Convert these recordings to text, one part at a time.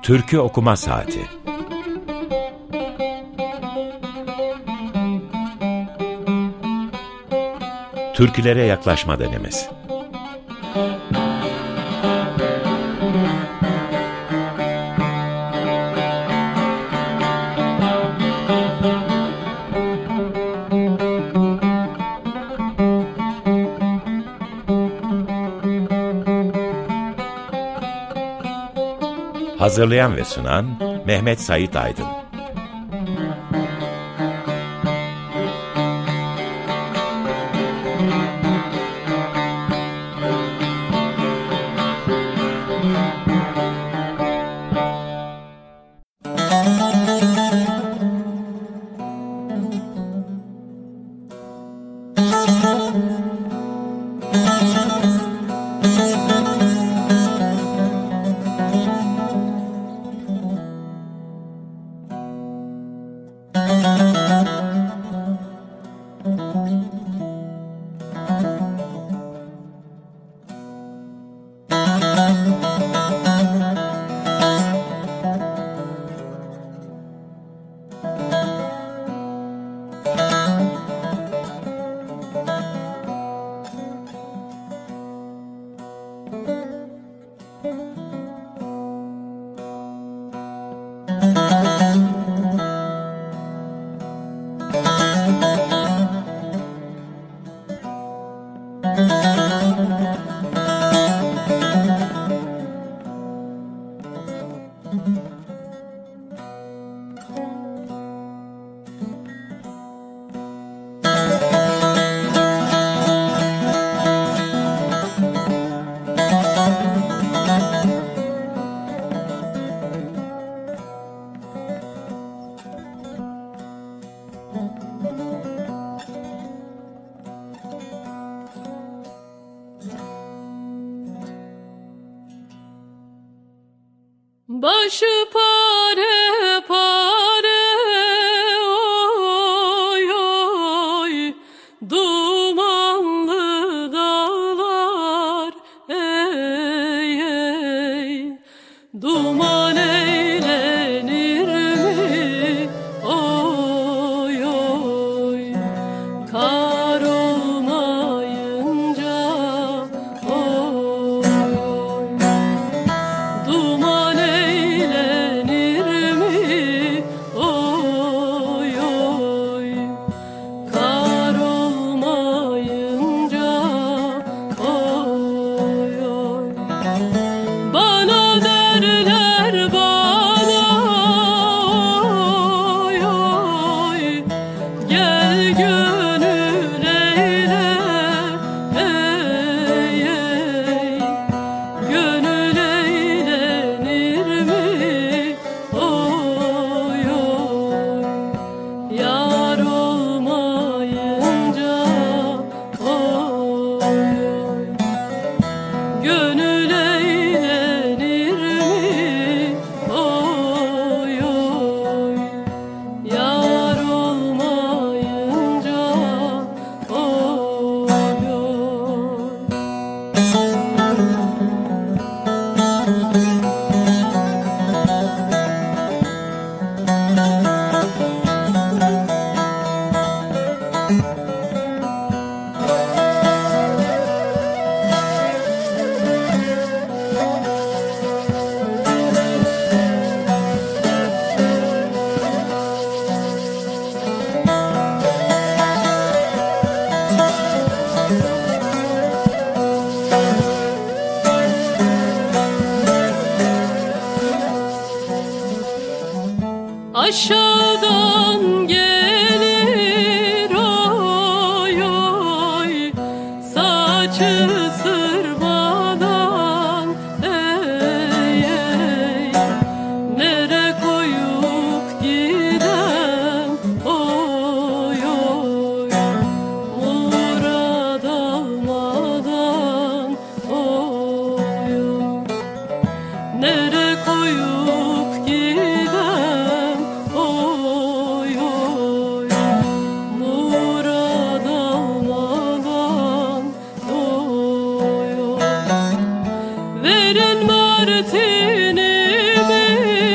Türkü Okuma Saati. Türkülere yaklaşma denemesi. Hazırlayan ve sunan Mehmet Sait Aydın. Başı pare pare oy oy, dumanlı dağlar ey ey, duman eğlenir mi oy oy, kar olmayınca oy oy, duman aşağıdan gelir oy oy, saçı sırmadan ey ey, nere koyup gidem oy oy, murad almadan oy oy, nere koyup gidem oy oy, murad almadan oy oy, verin martinimi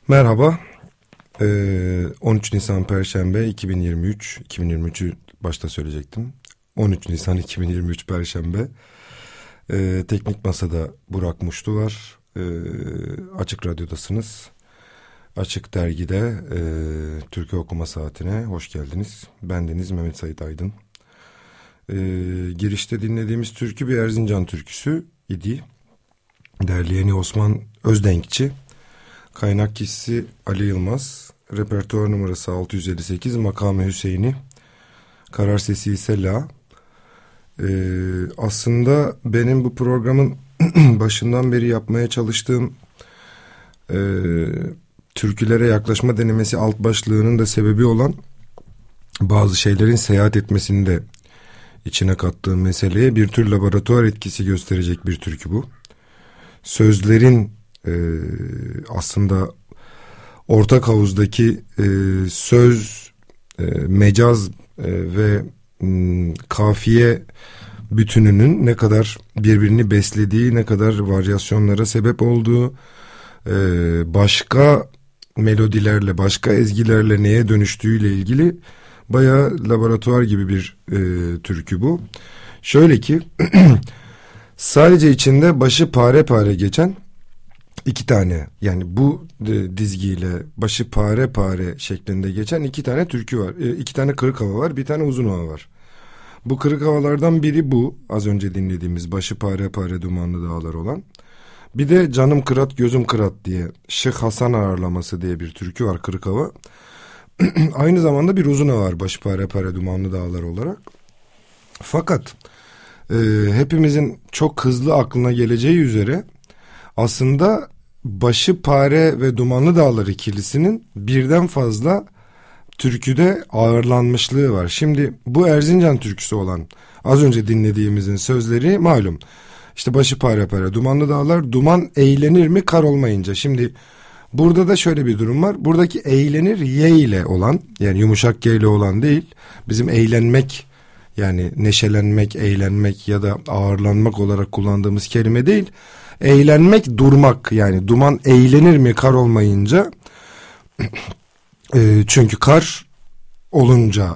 Merhaba, 13 Nisan Perşembe 2023, 2023'ü başta söyleyecektim. 13 Nisan 2023 Perşembe. Teknik Masa'da Burak Muştu var. Açık Radyo'dasınız. Açık Dergi'de Türkiye Okuma Saati'ne hoş geldiniz. Bendeniz Mehmet Sait Aydın. Girişte dinlediğimiz türkü bir Erzincan türküsü idi. Derleyeni Osman Özdenkçi. Kaynak kişisi Ali Yılmaz. Repertuar numarası 658. Makamı Hüseyin'i. Karar sesi ise La. Aslında benim bu programın başından beri yapmaya çalıştığım türkülere yaklaşma denemesi alt başlığının da sebebi olan bazı şeylerin seyahat etmesini de içine kattığım meseleye bir tür laboratuvar etkisi gösterecek bir türkü bu. Sözlerin aslında ortak havuzdaki söz, mecaz ve kafiye bütününün ne kadar birbirini beslediği, ne kadar varyasyonlara sebep olduğu, başka melodilerle, başka ezgilerle neye dönüştüğüyle ilgili bayağı laboratuvar gibi bir türkü bu. Şöyle ki sadece içinde başı pare pare geçen iki tane, yani bu dizgiyle başı pare pare şeklinde geçen iki tane türkü var. İki tane kırık hava var, bir tane uzun hava var. Bu kırık havalardan biri bu, az önce dinlediğimiz başı pare pare dumanlı dağlar olan. Bir de Canım Kırat Gözüm Kırat diye Şık Hasan ağırlaması diye bir türkü var, kırık hava. Aynı zamanda bir uzun hava var, başı pare pare dumanlı dağlar olarak. Fakat hepimizin çok hızlı aklına geleceği üzere aslında başı pare ve dumanlı dağlar ikilisinin birden fazla türküde ağırlanmışlığı var. Şimdi bu Erzincan türküsü olan az önce dinlediğimizin sözleri malum. İşte başı pare pare dumanlı dağlar, duman eğlenir mi kar olmayınca. Şimdi burada da şöyle bir durum var. Buradaki eğlenir y ile olan, yani yumuşak g ile olan değil. Bizim eğlenmek, yani neşelenmek, eğlenmek ya da ağırlanmak olarak kullandığımız kelime değil. Eğlenmek, durmak, yani duman eğlenir mi kar olmayınca. Çünkü kar olunca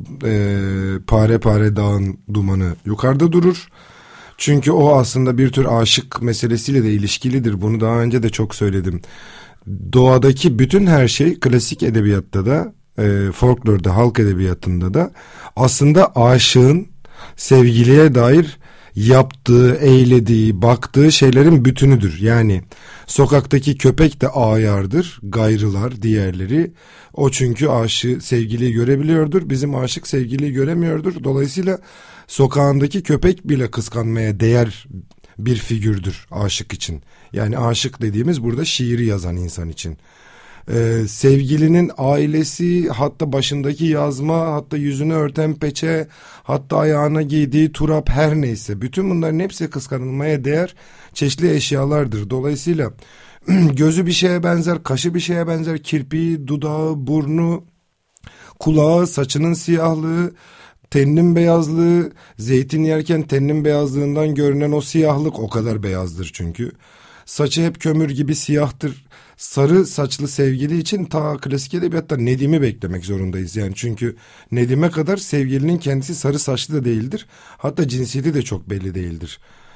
pare pare dağın dumanı yukarıda durur. Çünkü o aslında bir tür aşık meselesiyle de ilişkilidir. Bunu daha önce de çok söyledim. Doğadaki bütün her şey klasik edebiyatta da, folklorda, halk edebiyatında da aslında aşığın sevgiliye dair yaptığı, eylediği, baktığı şeylerin bütünüdür. Yani sokaktaki köpek de ayardır, gayrılar, diğerleri. O çünkü aşığı, sevgiliyi görebiliyordur. Bizim aşık sevgiliyi göremiyordur. Dolayısıyla sokağındaki köpek bile kıskanmaya değer bir figürdür aşık için. Yani aşık dediğimiz burada şiiri yazan insan için. Sevgilinin ailesi, hatta başındaki yazma, hatta yüzünü örten peçe, hatta ayağına giydiği turap, her neyse, bütün bunların hepsi kıskanılmaya değer çeşitli eşyalardır. Dolayısıyla gözü bir şeye benzer, kaşı bir şeye benzer, kirpiği, dudağı, burnu, kulağı, saçının siyahlığı, teninin beyazlığı, zeytin yerken teninin beyazlığından görünen o siyahlık o kadar beyazdır çünkü. Saçı hep kömür gibi siyahtır. Sarı saçlı sevgili için ta klasik edebiyatta Nedim'i beklemek zorundayız. Yani çünkü Nedim'e kadar sevgilinin kendisi sarı saçlı da değildir. Hatta cinsiyeti de çok belli değildir.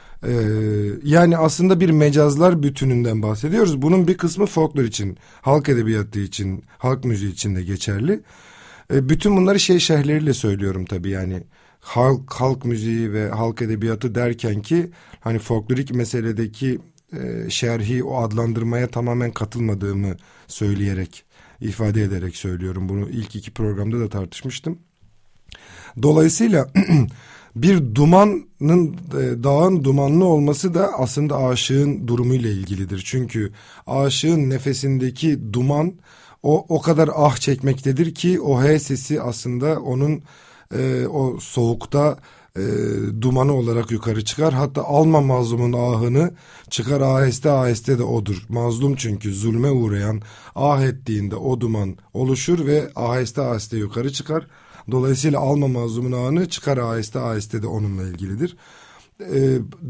Yani aslında bir mecazlar bütününden bahsediyoruz. Bunun bir kısmı folklor için, halk edebiyatı için, halk müziği için de geçerli. Bütün bunları şerhleriyle söylüyorum tabii, yani halk müziği ve halk edebiyatı derken ki hani folklorik meseledeki şerhi, o adlandırmaya tamamen katılmadığımı söyleyerek, ifade ederek söylüyorum. Bunu ilk iki programda da tartışmıştım. Dolayısıyla bir dumanın, dağın dumanlı olması da aslında aşığın durumuyla ilgilidir. Çünkü aşığın nefesindeki duman o kadar ah çekmektedir ki o he sesi aslında onun o soğukta dumanı olarak yukarı çıkar. Hatta alma mazlumun ahını, çıkar aheste aheste de odur. Mazlum çünkü zulme uğrayan, ah ettiğinde o duman oluşur ve aheste aheste yukarı çıkar. Dolayısıyla alma mazlumun ahını, çıkar aheste aheste de onunla ilgilidir.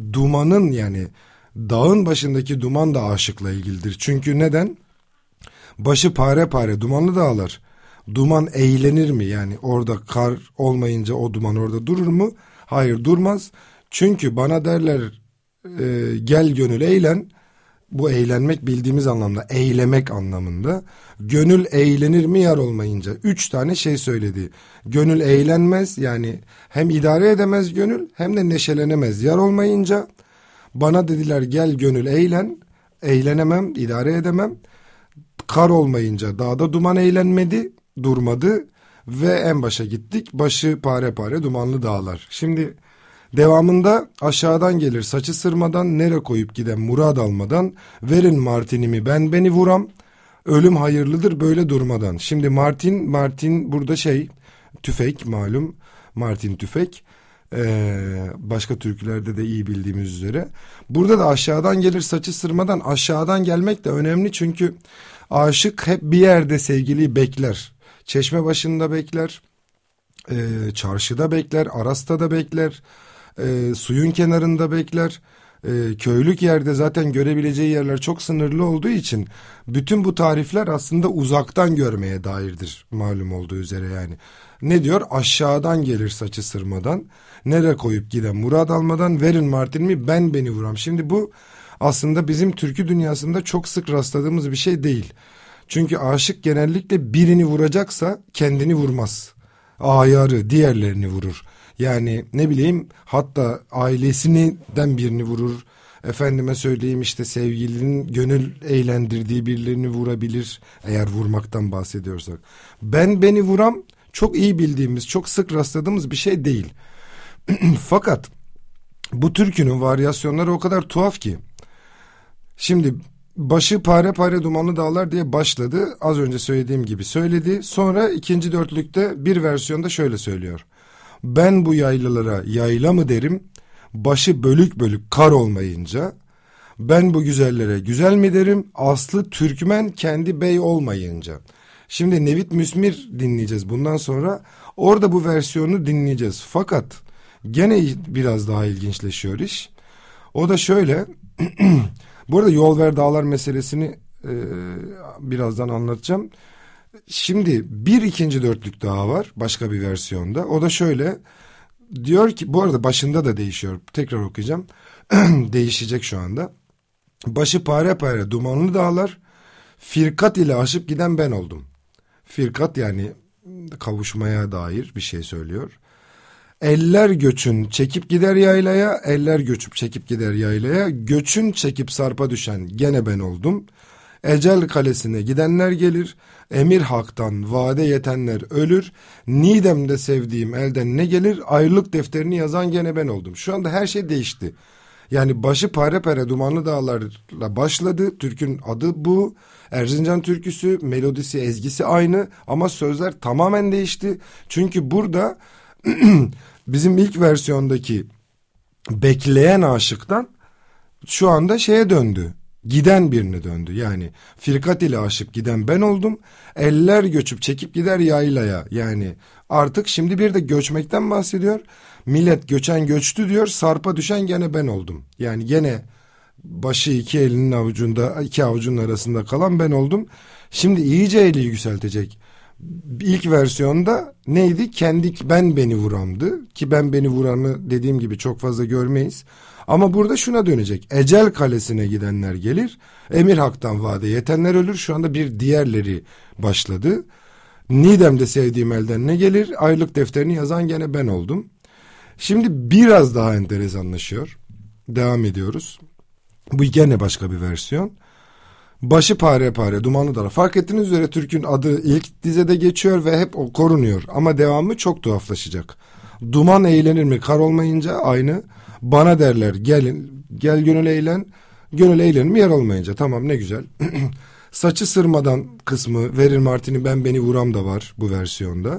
Dumanın, yani dağın başındaki duman da aşıkla ilgilidir. Çünkü neden? Başı pare pare dumanlı dağlar. Duman eğlenir mi? Yani orada kar olmayınca o duman orada durur mu? Hayır, durmaz. Çünkü bana derler gel gönül eğlen. Bu eğlenmek bildiğimiz anlamda, eylemek anlamında. Gönül eğlenir mi yar olmayınca? 3 tane şey söyledi. Gönül eğlenmez, yani hem idare edemez gönül hem de neşelenemez yar olmayınca. Bana dediler gel gönül eğlen. Eğlenemem, idare edemem. Kar olmayınca dağda duman eğlenmedi, durmadı ve en başa gittik. Başı pare pare dumanlı dağlar. Şimdi devamında aşağıdan gelir saçı sırmadan, nere koyup giden murad almadan, verin martinimi ben beni vuram, ölüm hayırlıdır böyle durmadan. Şimdi Martin burada tüfek, malum Martin tüfek. Başka türkülerde de iyi bildiğimiz üzere. Burada da aşağıdan gelir saçı sırmadan, aşağıdan gelmek de önemli çünkü aşık hep bir yerde sevgiliyi bekler. Çeşme başında bekler, çarşıda bekler, arasta da bekler, suyun kenarında bekler. Köylük yerde zaten görebileceği yerler çok sınırlı olduğu için bütün bu tarifler aslında uzaktan görmeye dairdir, malum olduğu üzere yani. Ne diyor? Aşağıdan gelir saçı sırmadan, nere koyup giden murad almadan, verin martinimi ben beni vuram. Şimdi bu aslında bizim türkü dünyasında çok sık rastladığımız bir şey değil. Çünkü aşık genellikle birini vuracaksa kendini vurmaz. Ayarı, diğerlerini vurur. Yani ne bileyim, hatta ailesinden birini vurur. Efendime söyleyeyim, işte sevgilinin gönül eğlendirdiği birilerini vurabilir. Eğer vurmaktan bahsediyorsak. Ben beni vuram çok iyi bildiğimiz, çok sık rastladığımız bir şey değil. Fakat bu türkünün varyasyonları o kadar tuhaf ki. Şimdi başı pare pare dumanlı dağlar diye başladı. Az önce söylediğim gibi söyledi. Sonra ikinci dörtlükte bir versiyonda şöyle söylüyor. Ben bu yaylalara yayla mı derim, başı bölük bölük kar olmayınca. Ben bu güzellere güzel mi derim, aslı Türkmen kendi bey olmayınca. Şimdi Nevit Müsmir dinleyeceğiz bundan sonra. Orada bu versiyonu dinleyeceğiz. Fakat gene biraz daha ilginçleşiyor iş. O da şöyle. Bu arada yol ver dağlar meselesini birazdan anlatacağım. Şimdi bir ikinci dörtlük daha var başka bir versiyonda. O da şöyle diyor ki, bu arada başında da değişiyor. Tekrar okuyacağım. Değişecek şu anda. Başı pare pare dumanlı dağlar, firkat ile aşıp giden ben oldum. Firkat yani kavuşmaya dair bir şey söylüyor. Eller göçün çekip gider yaylaya, eller göçüp çekip gider yaylaya, göçün çekip sarpa düşen gene ben oldum. Ecel kalesine gidenler gelir, emir haktan vade yetenler ölür, Nidem'de sevdiğim elden ne gelir, ayrılık defterini yazan gene ben oldum. Şu anda her şey değişti. Yani başı pare pare dumanlı dağlarla başladı, türkün adı bu, Erzincan türküsü, melodisi, ezgisi aynı ama sözler tamamen değişti. Çünkü burada bizim ilk versiyondaki bekleyen aşıktan şu anda şeye döndü. Giden birine döndü. Yani firkat ile aşıp giden ben oldum. Eller göçüp çekip gider yaylaya. Yani artık şimdi bir de göçmekten bahsediyor. Millet göçen göçtü diyor. Sarpa düşen gene ben oldum. Yani gene başı iki elinin avucunda, iki avucunun arasında kalan ben oldum. Şimdi iyice eli yükseltecek. İlk versiyonda neydi? Kendi ben beni vuramdı. Ki ben beni vuranı dediğim gibi çok fazla görmeyiz. Ama burada şuna dönecek. Ecel kalesine gidenler gelir. Emir haktan vade yetenler ölür. Şu anda bir diğerleri başladı. Nidem'de sevdiğim elden ne gelir? Aylık defterini yazan gene ben oldum. Şimdi biraz daha enteresanlaşıyor. Devam ediyoruz. Bu gene başka bir versiyon. Başı pare pare dumanlı dağlar. Fark ettiğiniz üzere türkün adı ilk dizede geçiyor ve hep o korunuyor. Ama devamı çok tuhaflaşacak. Duman eğlenir mi kar olmayınca aynı. Bana derler gel gönül eğlen. Gönül eğlenir mi yer olmayınca. Tamam, ne güzel. Saçı sırmadan kısmı, verir martini ben beni vuram da var bu versiyonda.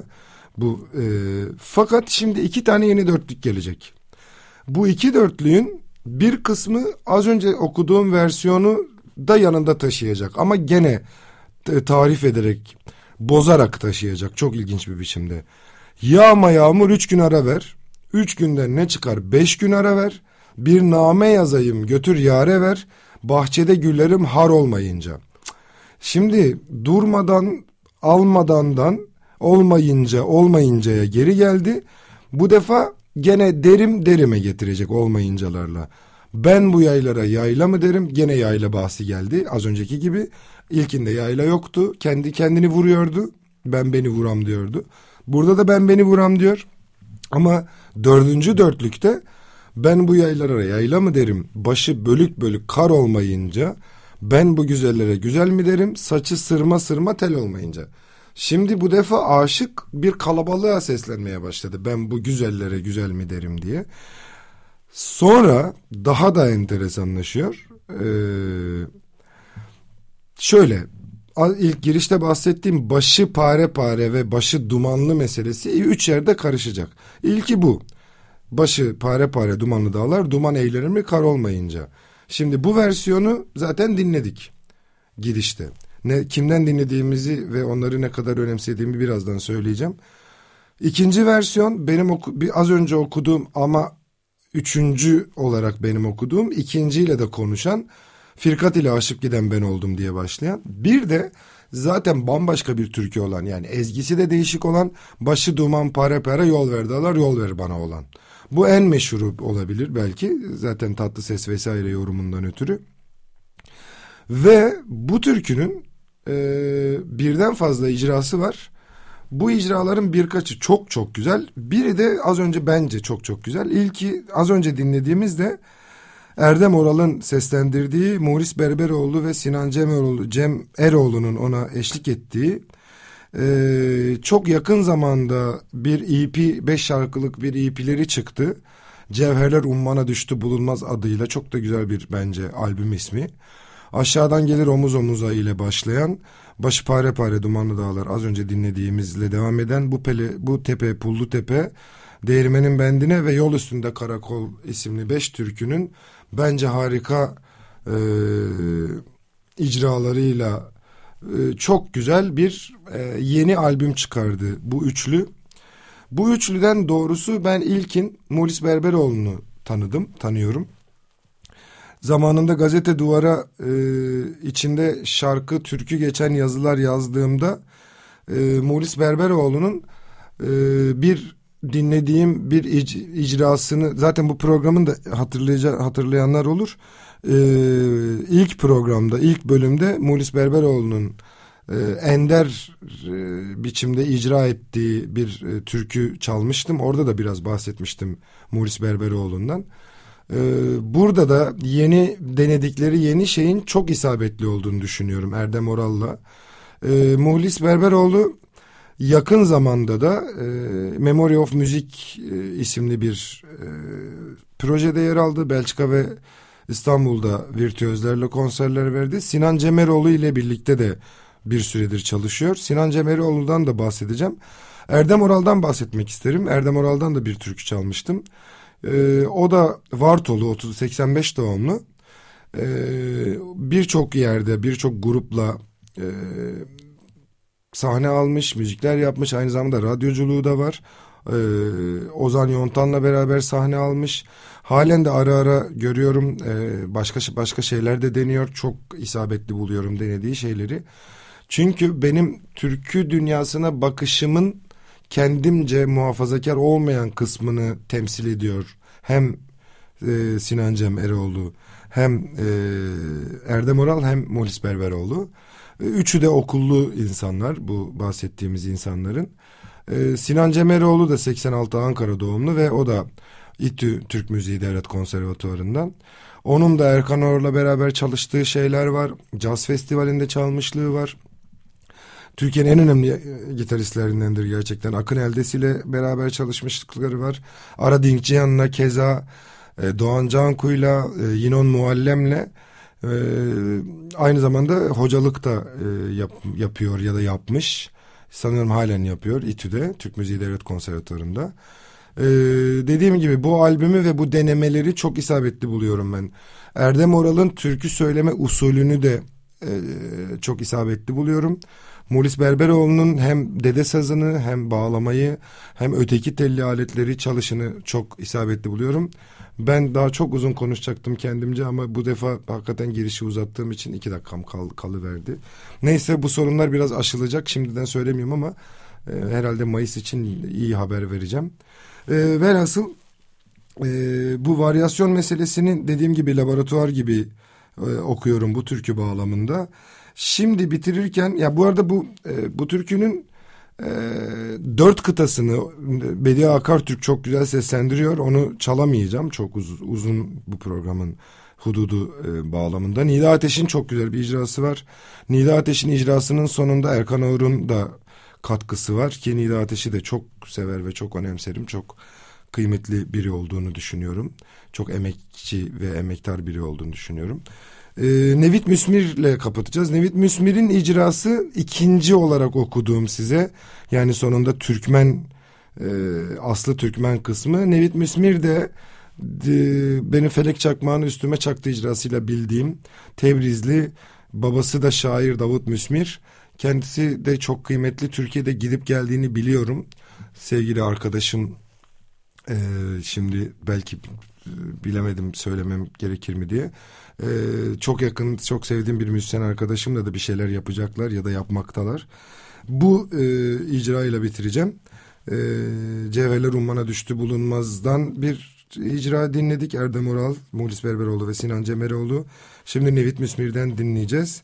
Fakat şimdi iki tane yeni dörtlük gelecek. Bu iki dörtlüğün bir kısmı az önce okuduğum versiyonu da yanında taşıyacak. Ama gene tarif ederek, bozarak taşıyacak. Çok ilginç bir biçimde. Yağma yağmur 3 gün ara ver. 3 günden ne çıkar 5 gün ara ver. Bir name yazayım götür yâre ver. Bahçede güllerim har olmayınca. Şimdi durmadan, almadandan, olmayıncaya geri geldi. Bu defa gene derime getirecek olmayıncalarla. Ben bu yaylara yayla mı derim? Gene yayla bahsi geldi. Az önceki gibi. İlkinde yayla yoktu. Kendi kendini vuruyordu. Ben beni vuram diyordu. Burada da ben beni vuram diyor. Ama dördüncü dörtlükte ben bu yaylara yayla mı derim? Başı bölük bölük kar olmayınca ben bu güzellere güzel mi derim? Saçı sırma sırma tel olmayınca. Şimdi bu defa aşık bir kalabalığa seslenmeye başladı. Ben bu güzellere güzel mi derim diye. Sonra daha da enteresanlaşıyor. Şöyle, ilk girişte bahsettiğim başı pare pare ve başı dumanlı meselesi 3 yerde karışacak. İlki bu. Başı pare pare dumanlı dağlar, duman eylenir mi kar olmayınca. Şimdi bu versiyonu zaten dinledik girişte. Kimden dinlediğimizi ve onları ne kadar önemsediğimi birazdan söyleyeceğim. İkinci versiyon benim az önce okuduğum ama üçüncü olarak benim okuduğum, ikinciyle de konuşan, firkat ile aşıp giden ben oldum diye başlayan. Bir de zaten bambaşka bir türkü olan, yani ezgisi de değişik olan, başı duman pare pare yol ver dağlar yol ver bana olan. Bu en meşhuru olabilir belki, zaten Tatlıses vesaire yorumundan ötürü. Ve bu türkünün birden fazla icrası var. Bu icraların birkaçı çok çok güzel. Biri de az önce bence çok çok güzel. İlki az önce dinlediğimiz de Erdem Oral'ın seslendirdiği, Muris Berberoğlu ve Sinan Cem Eroğlu'nun ona eşlik ettiği çok yakın zamanda bir EP, 5 şarkılık bir EP'leri çıktı. Cevherler Ummana Düştü Bulunmaz adıyla, çok da güzel bir bence albüm ismi. Aşağıdan gelir omuz omuza ile başlayan, başı pare pare dumanlı dağlar az önce dinlediğimizle devam eden bu tepe pullu tepe, değirmenin bendine ve yol üstünde karakol isimli 5 türkünün bence harika icralarıyla çok güzel bir yeni albüm çıkardı bu üçlü. Bu üçlüden doğrusu ben ilkin Muris Berberoğlu'nu tanıyorum. Zamanında gazete duvara içinde şarkı, türkü geçen yazılar yazdığımda Muris Berberoğlu'nun bir dinlediğim bir icrasını, zaten bu programın da hatırlayanlar olur. İlk programda, ilk bölümde Muris Berberoğlu'nun ender biçimde icra ettiği bir türkü çalmıştım. Orada da biraz bahsetmiştim Muris Berberoğlu'ndan. Burada da denedikleri yeni şeyin çok isabetli olduğunu düşünüyorum Erdem Oral'la. Muhlis Berberoğlu yakın zamanda da Memory of Music isimli bir projede yer aldı. Belçika ve İstanbul'da virtüözlerle konserler verdi. Sinan Cemeroğlu ile birlikte de bir süredir çalışıyor. Sinan Cemeroğlu'dan da bahsedeceğim. Erdem Oral'dan bahsetmek isterim. Erdem Oral'dan da bir türkü çalmıştım. O da Vartolu, 85 doğumlu. Birçok yerde, birçok grupla sahne almış, müzikler yapmış. Aynı zamanda radyoculuğu da var. Ozan Yontan'la beraber sahne almış. Halen de ara ara görüyorum, başka şeyler de deniyor. Çok isabetli buluyorum denediği şeyleri. Çünkü benim türkü dünyasına bakışımın kendimce muhafazakar olmayan kısmını temsil ediyor. Hem Sinan Cem Eroğlu, hem Erdem Oral, hem Muhlis Berberoğlu. Üçü de okullu insanlar, bu bahsettiğimiz insanların. Sinan Cem Eroğlu da 86 Ankara doğumlu ve o da İTÜ Türk Müziği Devlet Konservatuvarı'ndan. Onun da Erkan Oral'la beraber çalıştığı şeyler var. Caz Festivali'nde çalmışlığı var. Türkiye'nin en önemli gitaristlerindendir gerçekten. Akın Eldes ile beraber çalışmışlıkları var. Ara Dinkcihan'la keza, Doğan Canku'yla, Yinon Muallem'le aynı zamanda hocalık da yapıyor ya da yapmış. Sanıyorum halen yapıyor İTÜ'de, Türk Müziği Devlet Konservatuvarı'nda. Dediğim gibi bu albümü ve bu denemeleri çok isabetli buluyorum ben. Erdem Oral'ın türkü söyleme usulünü de çok isabetli buluyorum. Muhlis Berberoğlu'nun hem dede sazını, hem bağlamayı, hem öteki telli aletleri çalışını çok isabetli buluyorum. Ben daha çok uzun konuşacaktım kendimce ama bu defa hakikaten girişi uzattığım için 2 dakikam kalıverdi. Neyse, bu sorunlar biraz aşılacak. Şimdiden söylemiyorum ama herhalde Mayıs için iyi haber vereceğim. Velhasıl bu varyasyon meselesini dediğim gibi laboratuvar gibi okuyorum bu türkü bağlamında. Şimdi bitirirken, ya bu arada bu türkünün 4 kıtasını Bediye Akartürk çok güzel seslendiriyor. Onu çalamayacağım. Çok uzun bu programın hududu bağlamında. Nida Ateş'in çok güzel bir icrası var. Nida Ateş'in icrasının sonunda Erkan Oğur'un da katkısı var ki Nida Ateş'i de çok sever ve çok önemserim. Çok kıymetli biri olduğunu düşünüyorum. Çok emekçi ve emektar biri olduğunu düşünüyorum. Nevit Müsmir'le kapatacağız. Nevit Müsmir'in icrası 2. olarak okuduğum size. Yani sonunda Türkmen, aslı Türkmen kısmı. Nevit Müsmir de benim Felek Çakmağı'nı üstüme çaktı icrasıyla bildiğim Tebrizli, babası da şair Davut Müsmir. Kendisi de çok kıymetli, Türkiye'de gidip geldiğini biliyorum. Sevgili arkadaşım, şimdi belki bilemedim söylemem gerekir mi diye. Çok yakın, çok sevdiğim bir müzisyen arkadaşımla da bir şeyler yapacaklar ya da yapmaktalar. Bu icrayla bitireceğim. Cevherler Ummana Düştü Bulunmaz'dan bir icra dinledik. Erdem Oral, Muhlis Berberoğlu ve Sinan Cemeroğlu. Şimdi Nevit Müsmir'den dinleyeceğiz.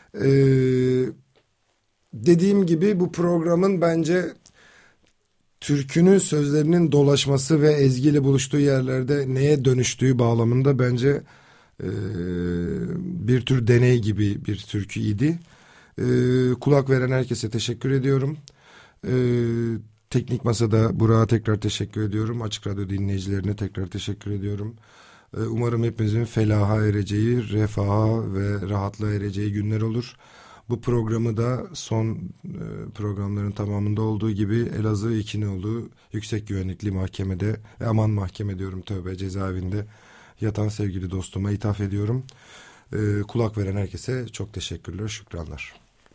Dediğim gibi bu programın bence türkünün sözlerinin dolaşması ve ezgiyle buluştuğu yerlerde neye dönüştüğü bağlamında bence bir tür deney gibi bir türkü idi. Kulak veren herkese teşekkür ediyorum. Teknik Masa'da Burak'a tekrar teşekkür ediyorum. Açık Radyo dinleyicilerine tekrar teşekkür ediyorum. Umarım hepimizin felaha ereceği, refaha ve rahatlığa ereceği günler olur. Bu programı da son programların tamamında olduğu gibi Elazığ İkinoğlu Yüksek Güvenlikli Mahkemede, aman mahkeme diyorum, tövbe, cezaevinde yatan sevgili dostuma ithaf ediyorum. Kulak veren herkese çok teşekkürler, şükranlar.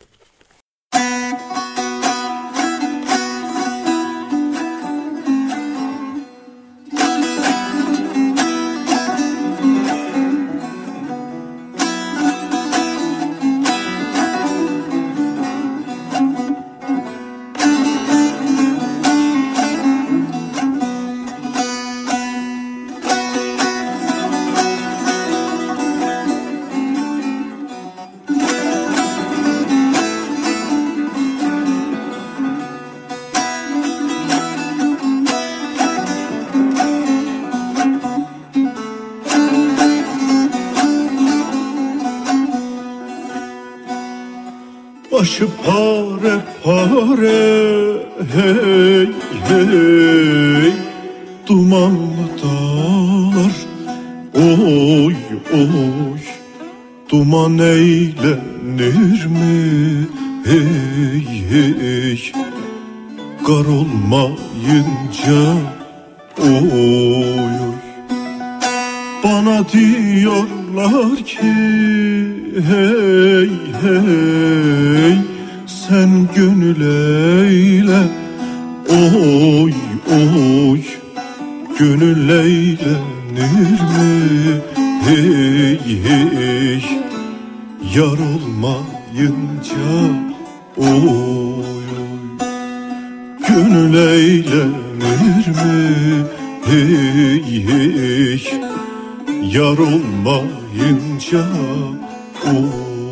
Başı pare pare, hey hey, dumanlı dağlar, oy oy, duman eğlenir mi, hey hey, kar olmayınca, oy oy. Bana diyorlar ki hey hey, sen gönül eyle, oy oy, gönül eğlenir mi, hey hey, yar olmayınca, oy oy, gönül eğlenir mi, hey hey, yar olmayınca, oy.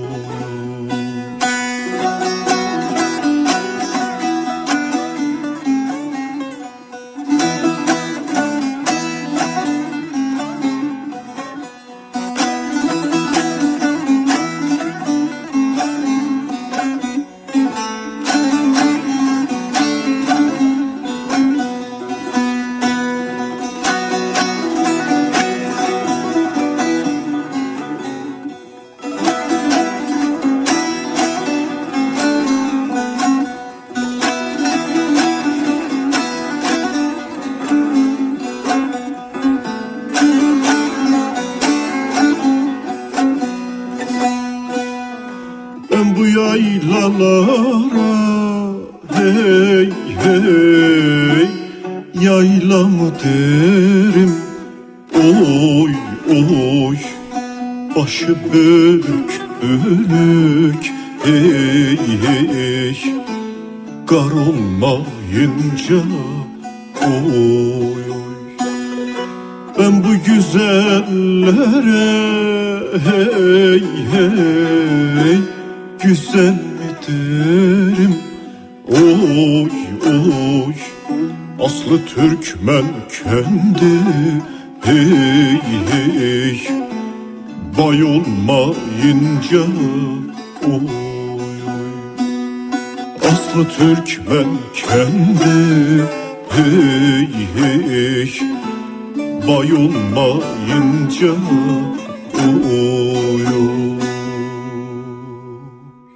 Yaylalara, hey hey, yayla mı derim, oy oy, başı bölük bölük, hey hey, gar olmayınca oy oy. Ben bu güzellere hey hey, güzel mi derim, oy oy, aslı Türkmen kendi, hey hey, bay olmayınca oy oy. Aslı Türkmen kendi, hey hey, bay olmayınca oy oy.